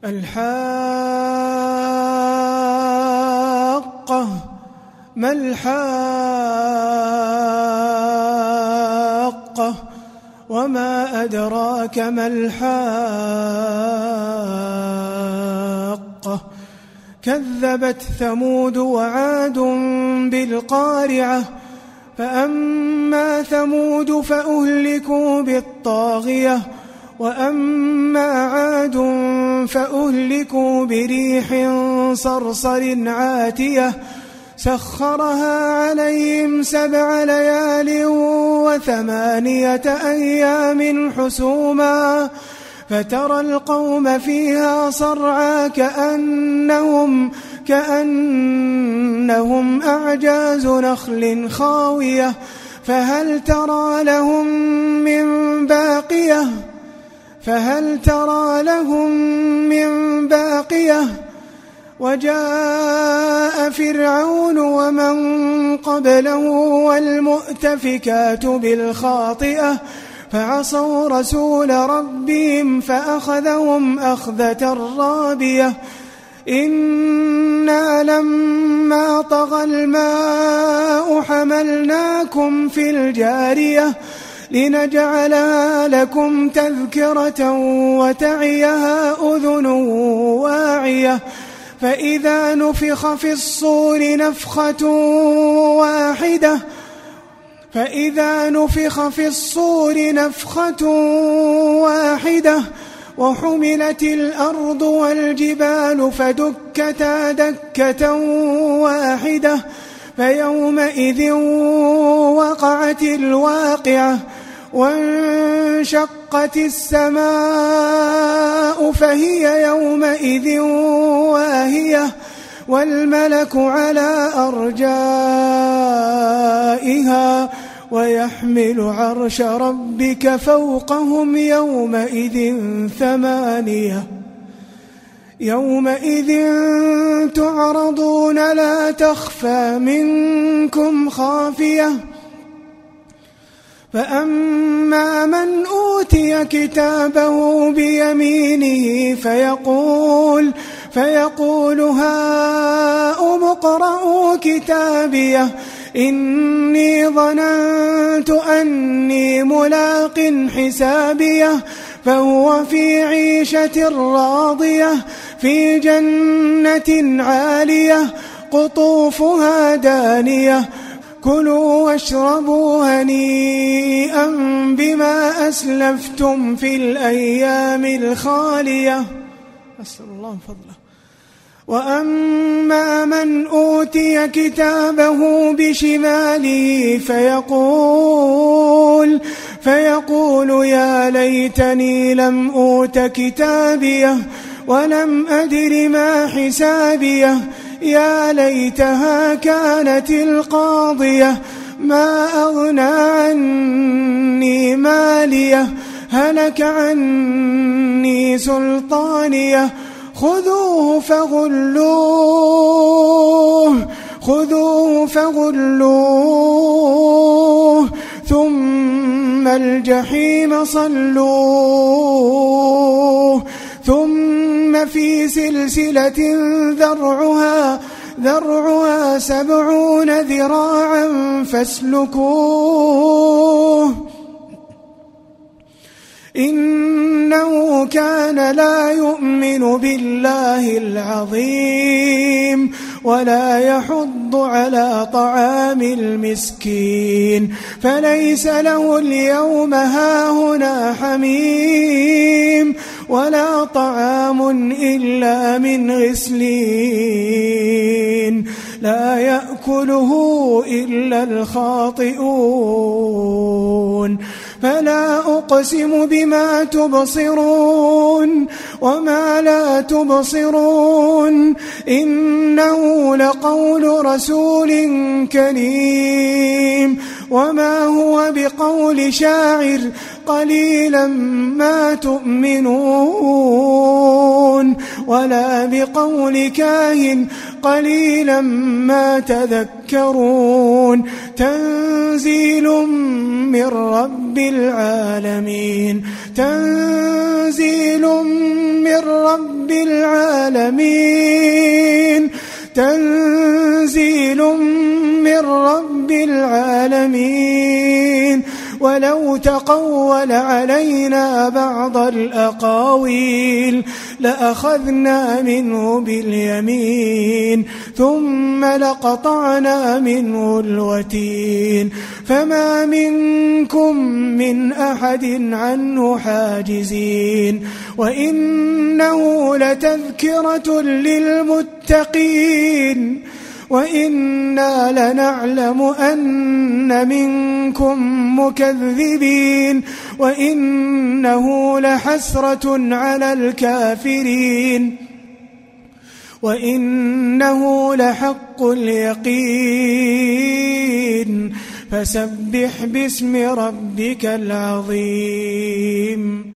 الحاقة ما الحاقة وما أدراك ما الحاقة كذبت ثمود وعاد بالقارعة فأما ثمود فأهلكوا بالطاغية وأما عاد فأهلكوا بريح صرصر عاتية سخرها عليهم 7 ليال و8 أيام حسوما فترى القوم فيها صرعى كأنهم أعجاز نخل خاوية فهل ترى لهم من باقية وجاء فرعون ومن قبله والمؤتفكات بالخاطئة فعصوا رسول ربهم فأخذهم أخذة رابية إنا لما طغى الماء حملناكم في الجارية لنجعلها لكم تذكرة وتعيها أذن واعية فإذا نفخ في الصور نفخة واحدة وحملت الأرض والجبال فدكتا دكة واحدة فيومئذ وقعت الواقعة وانشقت السماء فهي يومئذ واهية والملك على أرجائها ويحمل عرش ربك فوقهم يومئذ 8 يومئذ تعرضون لا تخفى منكم خافية فأما من أوتي كتابه بيمينه فيقول هاؤم اقرءوا كتابيه إني ظننت أني ملاق حسابيه فهو في عيشة راضية في جنة عالية قطوفها دانية كلوا واشربوا هنيئا بما أسلفتم في الأيام الخالية أسأل الله فضله وأما من أوتي كتابه بشماله فيقول يا ليتني لم أوت كتابيه ولم أدر ما حسابيه يا ليتها كانت القاضية ما أغنى عني ماليه هلك عني سلطانيه خذوه فغلوه ثم الجحيم صلوه ثم في سلسلة ذرعها 70 ذراعا فاسلكوه إنه كان لا يؤمن بالله العظيم ولا يحض على طعام المسكين فليس له اليوم هاهنا حميم ولا طعام إلا من غسلين لا يأكله إلا الخاطئون فلا أقسم بما تبصرون وما لا تبصرون إنه لقول رسول كريم وما هو بقول شاعر قليلا ما تؤمنون ولا بقول كاهن قليلا ما تذكرون تنزيل من رب العالمين تنزيل من رب العالمين تنزيل من رب العالمين ولو تقول علينا بعض الأقاويل لأخذنا منه باليمين ثم لقطعنا منه الوتين فما منكم من أحد عنه حاجزين وإنه لتذكرة للمتقين وإنا لنعلم أن منكم مكذبين وإنه لحسرة على الكافرين وإنه لحق اليقين فسبح باسم ربك العظيم.